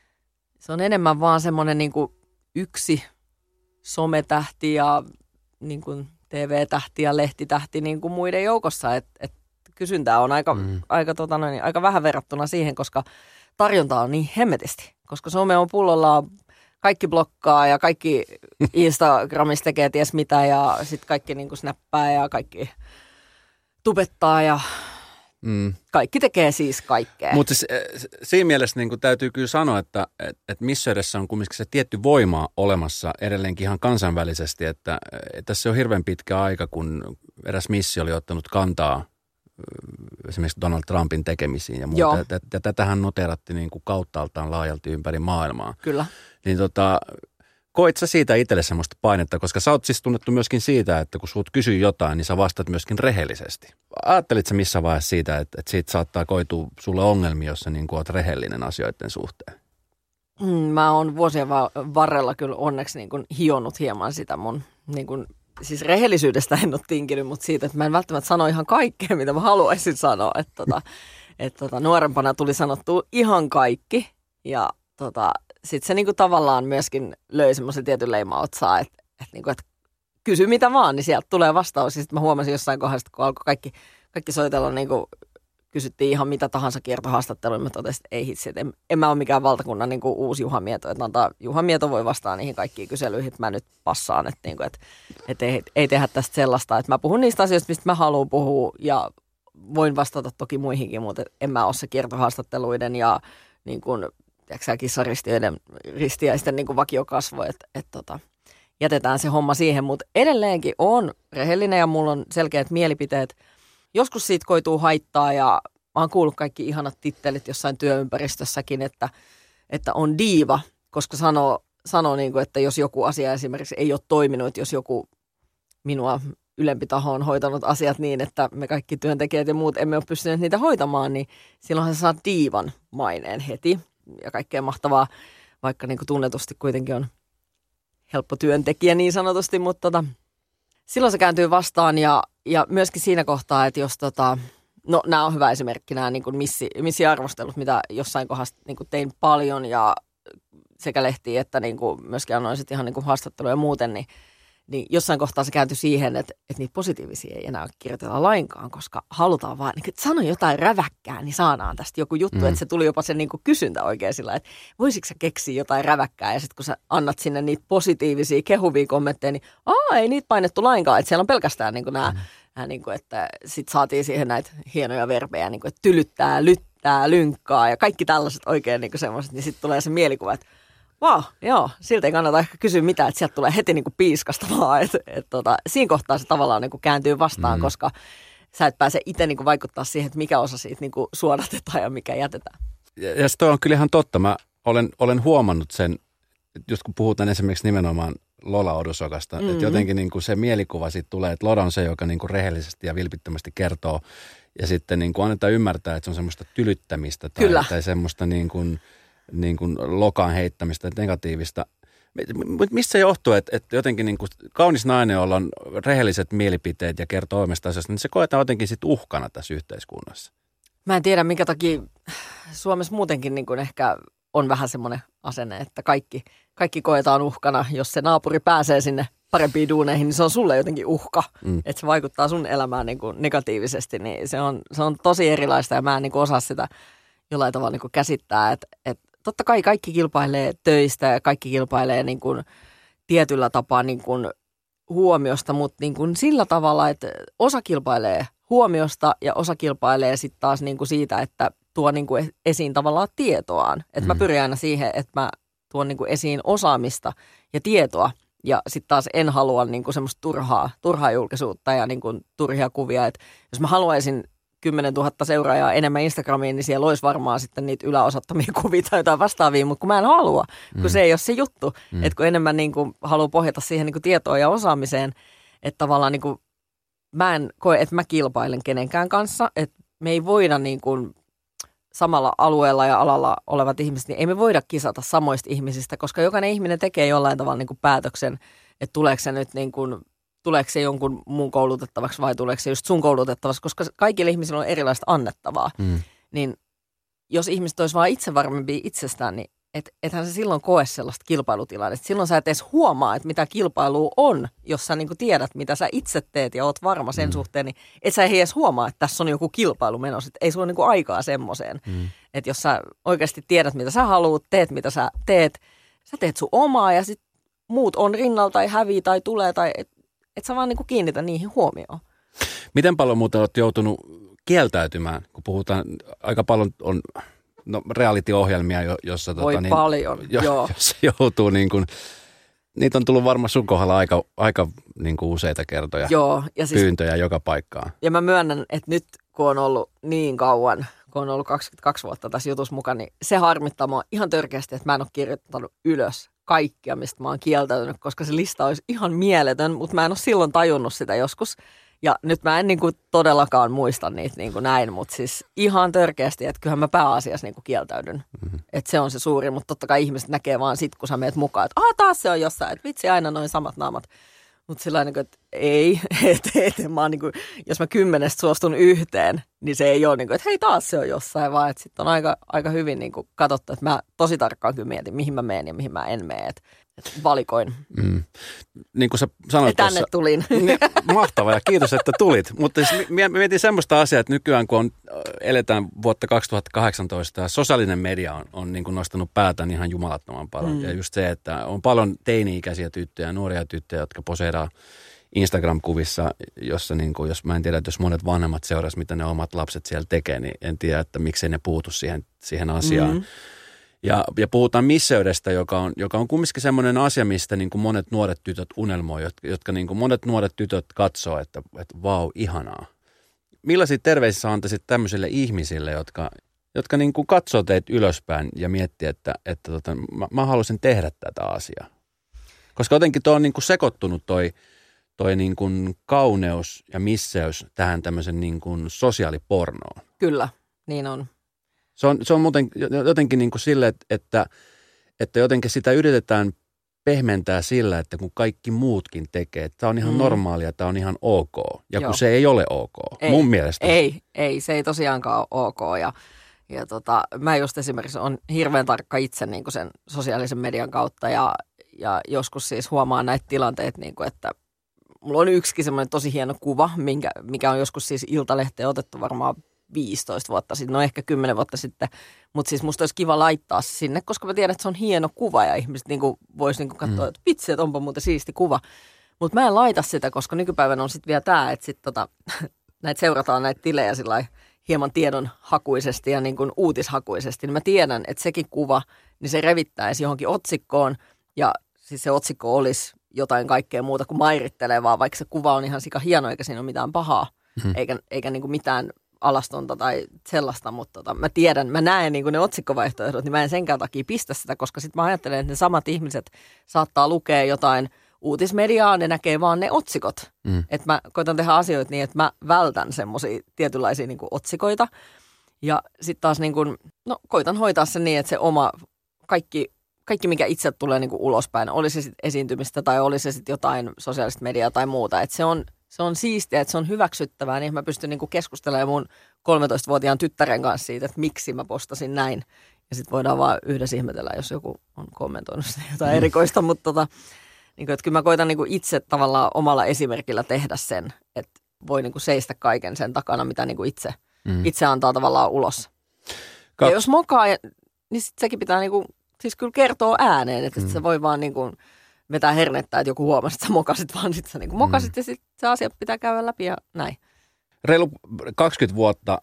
C: se on enemmän vaan semmoinen niin kuin yksi sometähti ja niin kuin TV-tähti ja lehtitähti niin kuin muiden joukossa. Et kysyntää on aika vähän verrattuna siihen, koska tarjonta on niin hemmetisti. Koska some on pullollaan, kaikki blokkaa ja kaikki Instagramissa tekee ties mitä ja sitten kaikki niin kuin snappaa ja kaikki tubettaa ja kaikki tekee siis kaikkea.
B: Mutta siinä mielessä niin täytyy kyllä sanoa, että missä edessä on kumminkin se tietty voima olemassa edelleenkin ihan kansainvälisesti, että tässä on hirveän pitkä aika, kun eräs missi oli ottanut kantaa esimerkiksi Donald Trumpin tekemisiin ja muuta. Ja tätähän noteerattiin niin kuin kauttaaltaan laajalti ympäri maailmaa.
C: Kyllä.
B: Niin koit sä siitä itselle semmoista painetta, koska sä oot siis tunnettu myöskin siitä, että kun sulta kysyy jotain, niin sä vastat myöskin rehellisesti. Ajattelit sä missä vaiheessa siitä, että siitä saattaa koitua sulle ongelmia, jos sä niin kuin oot rehellinen asioiden suhteen?
C: Mä oon vuosien varrella kyllä onneksi niin kuin hionnut hieman sitä mun, niin kuin, siis rehellisyydestä en ole tinkinyt, mutta siitä, että mä en välttämättä sano ihan kaikkea, mitä mä haluaisin sanoa. Että nuorempana tuli sanottua ihan kaikki ja sitten se niinku tavallaan myöskin löi semmoisen tietyn leimaotsaa, että kysy mitä vaan, niin sieltä tulee vastaus. Sitten mä huomasin jossain kohdassa, kun alkoi kaikki soitella, niinku, kysyttiin ihan mitä tahansa kiertohaastatteluun. Mä totesin, että ei hitsi, että en mä ole mikään valtakunnan niinku, uusi Juha Mieto. Että Juha Mieto voi vastaa niihin kaikkiin kyselyihin, että mä nyt passaan. Että ei tehdä tästä sellaista. Että mä puhun niistä asioista, mistä mä haluan puhua ja voin vastata toki muihinkin, mutta en mä ole se kiertohaastatteluiden ja niin kuin kissaristiäisten niin kuin vakiokasvo, että jätetään se homma siihen, mutta edelleenkin on rehellinen ja mulla on selkeät mielipiteet. Joskus siitä koituu haittaa ja mä oon kuullut kaikki ihanat tittelit jossain työympäristössäkin, että on diiva, koska sanoo niin kuin, että jos joku asia esimerkiksi ei ole toiminut, että jos joku minua ylempi taho on hoitanut asiat niin, että me kaikki työntekijät ja muut emme ole pystyneet niitä hoitamaan, niin silloinhan sä saat diivan maineen heti. Ja kaikkea mahtavaa, vaikka niin kuin tunnetusti kuitenkin on helppo työntekijä niin sanotusti, mutta silloin se kääntyy vastaan ja myöskin siinä kohtaa, että jos no nämä on hyvä esimerkki, nämä niin kuin missiarvostelut, mitä jossain kohdassa niin kuin tein paljon ja sekä lehtiin että niin kuin myöskin annoin sitten ihan niin kuin haastatteluja ja muuten, niin jossain kohtaa se kääntyi siihen, että niitä positiivisia ei enää kirjoiteta lainkaan, koska halutaan vaan, että sano jotain räväkkää, niin saadaan tästä joku juttu, että se tuli jopa se niin kuin kysyntä oikein sillä, että voisitko sä keksiä jotain räväkkää, ja sitten kun sä annat sinne niitä positiivisia, kehuvia kommentteja, niin ei niitä painettu lainkaan, että siellä on pelkästään niin kuin nämä, niin kuin, että sitten saatiin siihen näitä hienoja verbejä, niin kuin, että tylyttää, lyttää, lynkkaa ja kaikki tällaiset oikein niin kuin semmoiset, niin sitten tulee se mielikuva, että joo, siltä ei kannata ehkä kysyä mitään, että sieltä tulee heti niin kuin piiskasta vaan, että siinä kohtaa se tavallaan niin kuin kääntyy vastaan, koska sä et pääse itse niin kuin vaikuttaa siihen, että mikä osa siitä niin kuin suodatetaan ja mikä jätetään.
B: Ja se on kyllä ihan totta. Mä olen huomannut sen, just kun puhutaan esimerkiksi nimenomaan Lola Odusokasta, että jotenkin niin kuin se mielikuva siitä tulee, että Lola on se, joka niin kuin rehellisesti ja vilpittömästi kertoo, ja sitten niin kuin annetaan ymmärtää, että se on semmoista tylyttämistä tai semmoista niin kuin lokaan heittämistä, negatiivista. Mistä se johtuu, että jotenkin niin kuin kaunis nainen, jolla on rehelliset mielipiteet ja kertoo omista asioista, niin se koetaan jotenkin sit uhkana tässä yhteiskunnassa?
C: Mä en tiedä, minkä takia Suomessa muutenkin niin kuin ehkä on vähän semmoinen asenne, että kaikki koetaan uhkana. Jos se naapuri pääsee sinne parempiin duuneihin, niin se on sulle jotenkin uhka. Että se vaikuttaa sun elämään niin kuin negatiivisesti, niin se on tosi erilaista ja mä en niin kuin osaa sitä jollain tavalla niin kuin käsittää, että totta kai kaikki kilpailee töistä ja kaikki kilpailee niin kuin tietyllä tapaa niin kuin huomiosta, mutta niin kuin sillä tavalla, että osa kilpailee huomiosta ja osa kilpailee sitten taas niin kuin siitä, että tuo niin kuin esiin tavallaan tietoaan. Että mä pyrin aina siihen, että mä tuon niin kuin esiin osaamista ja tietoa ja sitten taas en halua niin kuin semmoista turhaa julkisuutta ja niin kuin turhia kuvia. Että jos mä haluaisin 10 000 seuraajaa enemmän Instagramiin, niin siellä olisi varmaan sitten niitä yläosattomia kuvia tai jotain vastaavia, mutta kun mä en halua, kun se ei ole se juttu. Että kun enemmän niin kuin haluaa pohjata siihen niin kuin tietoon ja osaamiseen, että tavallaan niin kuin mä en koe, että mä kilpailen kenenkään kanssa, että me ei voida niin kuin samalla alueella ja alalla olevat ihmiset, niin ei me voida kisata samoista ihmisistä, koska jokainen ihminen tekee jollain tavalla niin kuin päätöksen, että tuleeko se nyt niin kuin tuleeko se jonkun muun koulutettavaksi vai tuleeko se just sun koulutettavaksi, koska kaikille ihmisillä on erilaista annettavaa. Niin jos ihmiset olisi vaan itsevarmempia itsestään, niin ethän se silloin koe sellaista kilpailutilannetta. Silloin sä et edes huomaa, että mitä kilpailua on, jos sä niin kuin tiedät, mitä sä itse teet ja oot varma sen suhteen, niin et sä edes huomaa, että tässä on joku kilpailu menossa. Ei sulla ole niin kuin aikaa semmoiseen. Että jos sä oikeasti tiedät, mitä sä haluat, teet mitä sä teet sun omaa ja sit muut on rinnalla tai hävii tai tulee tai et sä vaan niin kuin kiinnitä niihin huomioon.
B: Miten paljon muuten olet joutunut kieltäytymään, kun puhutaan, aika paljon on reality-ohjelmia, jossa
C: paljon, joo.
B: Jossa joutuu niin kuin, niitä on tullut varmaan sun kohdalla aika niin kuin useita kertoja,
C: joo, ja siis,
B: pyyntöjä joka paikkaan.
C: Ja mä myönnän, että nyt kun on ollut niin kauan, kun on ollut 22 vuotta tässä jutussa mukana, niin se harmittaa mua ihan törkeästi, että mä en ole kirjoittanut ylös kaikkia, mistä mä oon kieltäytynyt, koska se lista olisi ihan mieletön, mutta mä en ole silloin tajunnut sitä joskus. Ja nyt mä en niin kuin todellakaan muista niitä niin kuin näin, mutta siis ihan törkeästi, että kyllähän mä pääasiassa niin kuin kieltäydyn. Että se on se suuri, mutta totta kai ihmiset näkee vaan sit, kun sä meet mukaan, että taas se on jossain, että vitsi aina noin samat naamat. Mutta sillä tavalla, että ei, että mä oon niin kuin, jos mä 10 suostun yhteen, niin se ei ole niin kuin, että hei taas se on jossain, vaan että sitten on aika hyvin niin kuin katsottu, että mä tosi tarkkaan kyllä mietin, mihin mä menen ja mihin mä en mene, että valikoin.
B: Niin kuin sä sanoit
C: tänne tulin.
B: Niin, mahtavaa ja kiitos, että tulit. Mutta siis mietin semmoista asiaa, että nykyään kun eletään vuotta 2018 ja sosiaalinen media on niin kuin nostanut päätään ihan jumalattoman paljon. Ja just se, että on paljon teini-ikäisiä tyttöjä, nuoria tyttöjä, jotka poseeraa Instagram-kuvissa, jossa niin kuin, jos mä en tiedä, että jos monet vanhemmat seuraisivat, mitä ne omat lapset siellä tekee, niin en tiedä, että miksei ne puutu siihen asiaan. Ja puhutaan misseydestä, joka on kumminkin semmoinen asia, mistä niin kuin monet nuoret tytöt unelmoi, jotka niin kuin monet nuoret tytöt katsoo, että vau, ihanaa. Millaisia terveisiä antaisit tämmöisille ihmisille, jotka niin kuin katsoo teitä ylöspäin ja miettii, että mä haluaisin tehdä tätä asiaa? Koska jotenkin tuo on niin kuin sekoittunut toi niin kuin kauneus ja misseys tähän tämmöisen niin kuin sosiaalipornoon.
C: Kyllä, niin on.
B: Se on muuten jotenkin niin kuin sille, että jotenkin sitä yritetään pehmentää sillä, että kun kaikki muutkin tekee, että tämä on ihan normaalia, tämä on ihan ok. Ja kun se ei ole ok, mun mielestä.
C: Ei, se ei tosiaankaan ole ok. Ja mä just esimerkiksi on hirveän tarkka itse niin kuin sen sosiaalisen median kautta ja joskus siis huomaan näitä tilanteita, niin kuin, että mulla on yksikin semmoinen tosi hieno kuva, mikä on joskus siis Iltalehteen otettu varmaan 15 vuotta sitten, no ehkä 10 vuotta sitten, mutta siis musta olisi kiva laittaa se sinne, koska mä tiedän, että se on hieno kuva ja ihmiset niin vois niin katsoa, että vitsi, että onpa muuten siisti kuva. Mutta mä en laita sitä, koska nykypäivänä on sitten vielä tämä, että sit näitä seurataan näitä tilejä sillai hieman tiedonhakuisesti ja niin kuin uutishakuisesti, niin mä tiedän, että sekin kuva, niin se revittäisi johonkin otsikkoon ja siis se otsikko olisi jotain kaikkea muuta kuin mairittelevaa, vaikka se kuva on ihan sika hieno eikä siinä ole mitään pahaa, eikä niin kuin mitään alastonta tai sellaista, mutta mä tiedän, mä näen niin kuin ne otsikkovaihtoehdot, niin mä en senkään takia pistä sitä, koska sitten mä ajattelen, että ne samat ihmiset saattaa lukea jotain uutismediaa, ne näkee vaan ne otsikot. Että mä koitan tehdä asioita niin, että mä vältän semmoisia tietynlaisia niin kuin otsikoita. Ja sitten taas niin kuin, koitan hoitaa se niin, että se oma kaikki mikä itse tulee niin kuin ulospäin, oli se sitten esiintymistä tai oli se sitten jotain sosiaalista mediaa tai muuta. Että se on siistiä, että se on hyväksyttävää, niin mä pystyn niin kuin keskustelemaan mun 13-vuotiaan tyttären kanssa siitä, että miksi mä postasin näin. Ja sitten voidaan vaan yhdessä ihmetellä, jos joku on kommentoinut jotain erikoista, mutta niin kuin, että kyllä mä koitan niin kuin itse tavallaan omalla esimerkillä tehdä sen, että voi niin kuin seistä kaiken sen takana, mitä niin kuin itse antaa tavallaan ulos. Ja jos mokaa, niin sitten sekin pitää niin kuin, siis kyllä kertoo ääneen, että se voi vaan niin kuin vetää hernettä, että joku huomasi, että sä mokasit, vaan sitten sä niin kuin mokasit ja sitten se asia pitää käydä läpi ja näin.
B: Reilu 20 vuotta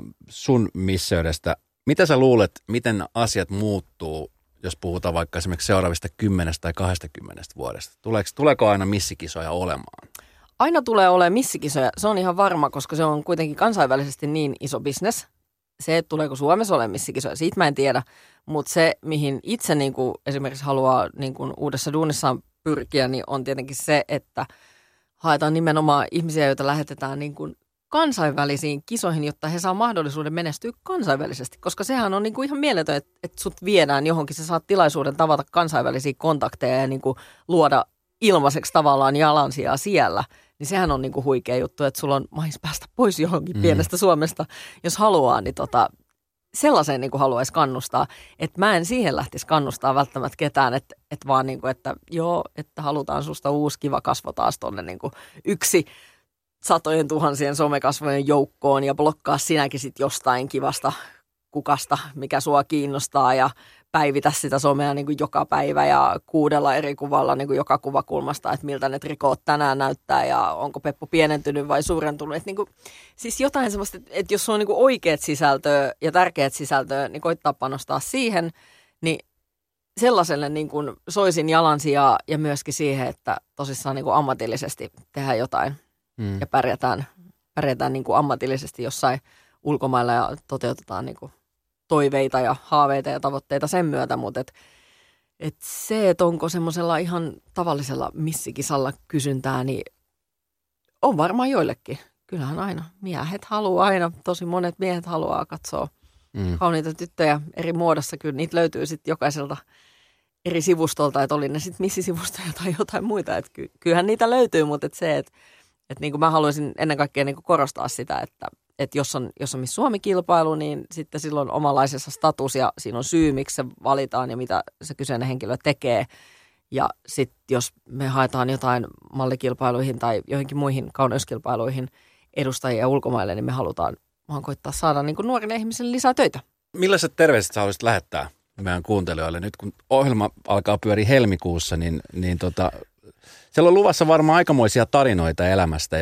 B: sun misseydestä. Mitä sä luulet, miten asiat muuttuu, jos puhutaan vaikka esimerkiksi seuraavista 10 tai 20 vuodesta? Tuleeko aina missikisoja olemaan?
C: Aina tulee olemaan missikisoja. Se on ihan varma, koska se on kuitenkin kansainvälisesti niin iso bisnes. Se, että tuleeko Suomessa olemaan missikisoja, siitä mä en tiedä. Mutta se, mihin itse niin kuin esimerkiksi haluaa niin kuin uudessa duunissaan pyrkiä, niin on tietenkin se, että haetaan nimenomaan ihmisiä, joita lähetetään niin kuin kansainvälisiin kisoihin, jotta he saa mahdollisuuden menestyä kansainvälisesti. Koska sehän on niin kuin ihan mieletön, että sut viedään johonkin, sä saat tilaisuuden tavata kansainvälisiä kontakteja ja niin kuin luoda ilmaiseksi tavallaan jalansijaa siellä. Niin sehän on niin kuin huikea juttu, että sulla on mahis päästä pois johonkin pienestä Suomesta, jos haluaa, niin sellaiseen niin kuin haluaisi kannustaa, että mä en siihen lähtisi kannustaa välttämättä ketään, että vaan niin kuin, että joo, että halutaan susta uusi kiva kasvo taas tonne niin kuin yksi satojen tuhansien somekasvojen joukkoon ja blokkaa sinäkin sit jostain kivasta kukasta, mikä sua kiinnostaa ja päivitä sitä somea niin kuin joka päivä ja 6 eri kuvalla niin kuin joka kuvakulmasta, että miltä ne trikoot tänään näyttää ja onko Peppu pienentynyt vai suurentunut. Että niin kuin, siis jotain semmoista, että jos on niin kuin oikeat sisältöä ja tärkeät sisältöä, niin koittaa panostaa siihen, niin sellaiselle niin kuin soisin jalansijaa ja myöskin siihen, että tosissaan niin kuin ammatillisesti tehdään jotain ja pärjätään niin kuin ammatillisesti jossain ulkomailla ja toteutetaan niin kuin toiveita ja haaveita ja tavoitteita sen myötä, mutta et se, että onko semmoisella ihan tavallisella missikisalla kysyntää, niin on varmaan joillekin. Kyllähän aina miehet haluaa aina, tosi monet miehet haluaa katsoa kauniita tyttöjä eri muodossa. Kyllä niitä löytyy sitten jokaiselta eri sivustolta, että oli ne sitten missisivustoja tai jotain muita. Et kyllähän niitä löytyy, mutta se, että niin kuin mä haluaisin ennen kaikkea niin kuin korostaa sitä, että jos on Miss Suomi-kilpailu, niin sitten silloin omanlaisessa status ja siinä on syy, miksi se valitaan ja mitä se kyseinen henkilö tekee. Ja sitten jos me haetaan jotain mallikilpailuihin tai joihinkin muihin kauneuskilpailuihin edustajia ulkomaille, niin me halutaan vaan koittaa saada niin kuin nuorille ihmisille lisää töitä.
B: Millaiset terveiset sä haluaisit lähettää meidän kuuntelijoille? Nyt kun ohjelma alkaa pyöriä helmikuussa, niin siellä on luvassa varmaan aikamoisia tarinoita elämästä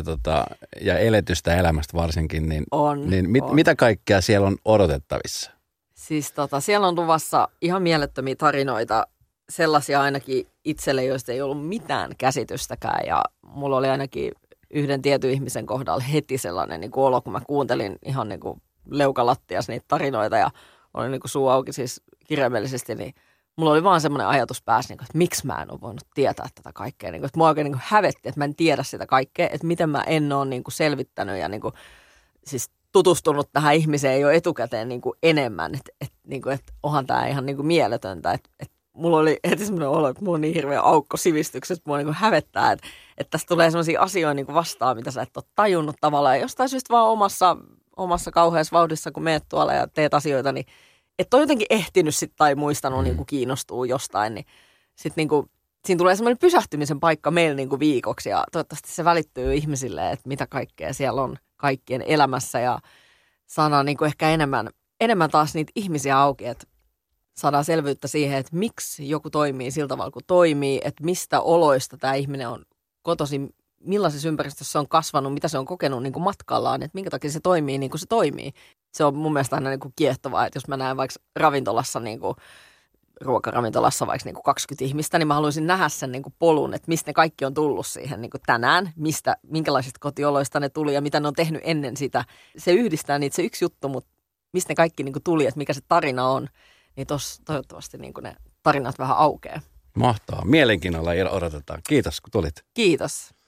B: ja eletystä elämästä varsinkin. Mitä kaikkea siellä on odotettavissa?
C: Siis siellä on luvassa ihan mielettömiä tarinoita, sellaisia ainakin itselle, joista ei ollut mitään käsitystäkään. Ja mulla oli ainakin yhden tietyn ihmisen kohdalla heti sellainen niin kuin olo, kun mä kuuntelin ihan niin kuin leukalattias niitä tarinoita ja oli niin kuin suu auki siis kirjaimellisesti, niin mulla oli vaan semmoinen ajatus päässä, että miksi mä en ole voinut tietää tätä kaikkea. Että mua oikein hävetti, että mä en tiedä sitä kaikkea, että miten mä en ole selvittänyt ja siis tutustunut tähän ihmiseen jo etukäteen enemmän. Että onhan tämä ihan mieletöntä. Että mulla oli heti semmoinen olo, että mulla on niin hirveä aukko sivistyksessä, että mua hävettää, että tässä tulee semmoisia asioita vastaan, mitä sä et ole tajunnut tavallaan. Ja jostain syystä vaan omassa omassa kauheassa vauhdissa, kun meet tuolla ja teet asioita, niin et ole jotenkin ehtinyt sit tai muistanut niin kuin kiinnostuu jostain, niin sitten niin kuin siinä tulee semmoinen pysähtymisen paikka meillä niin kuin viikoksi ja toivottavasti se välittyy ihmisille, että mitä kaikkea siellä on kaikkien elämässä ja saadaan niin kuin ehkä enemmän taas niitä ihmisiä auki, että saadaan selvyyttä siihen, että miksi joku toimii sillä tavalla kuin toimii, että mistä oloista tämä ihminen on kotoisin, millaisessa ympäristössä se on kasvanut, mitä se on kokenut niin kuin matkallaan, että minkä takia se toimii niin kuin se toimii. Se on mun mielestä aina niin kuin kiehtovaa, että jos mä näen vaikka ravintolassa niin kuin ruokaravintolassa vaikka niin kuin 20 ihmistä, niin mä haluaisin nähdä sen niin kuin polun, että mistä ne kaikki on tullut siihen niin kuin tänään, minkälaisista kotioloista ne tuli ja mitä ne on tehnyt ennen sitä. Se yhdistää niitä se yksi juttu, mutta mistä ne kaikki niin kuin tuli, että mikä se tarina on, niin toivottavasti niin kuin ne tarinat vähän aukeaa.
B: Mahtavaa. Mielenkiinnolla odotetaan. Kiitos, kun tulit.
C: Kiitos.